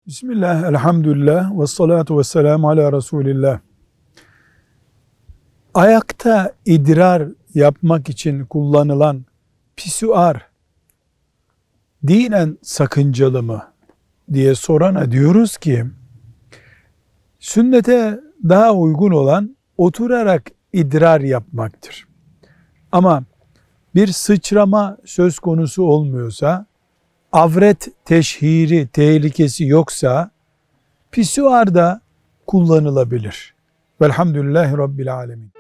Bismillah, elhamdülillah, ve salatu ve selamu ala Resulillah. Ayakta idrar yapmak için kullanılan pisuar dinen sakıncalı mı diye sorana diyoruz ki, sünnete daha uygun olan oturarak idrar yapmaktır. Ama bir sıçrama söz konusu olmuyorsa, avret teşhiri tehlikesi yoksa, pisuar da kullanılabilir. Velhamdülillahi Rabbil Alemin.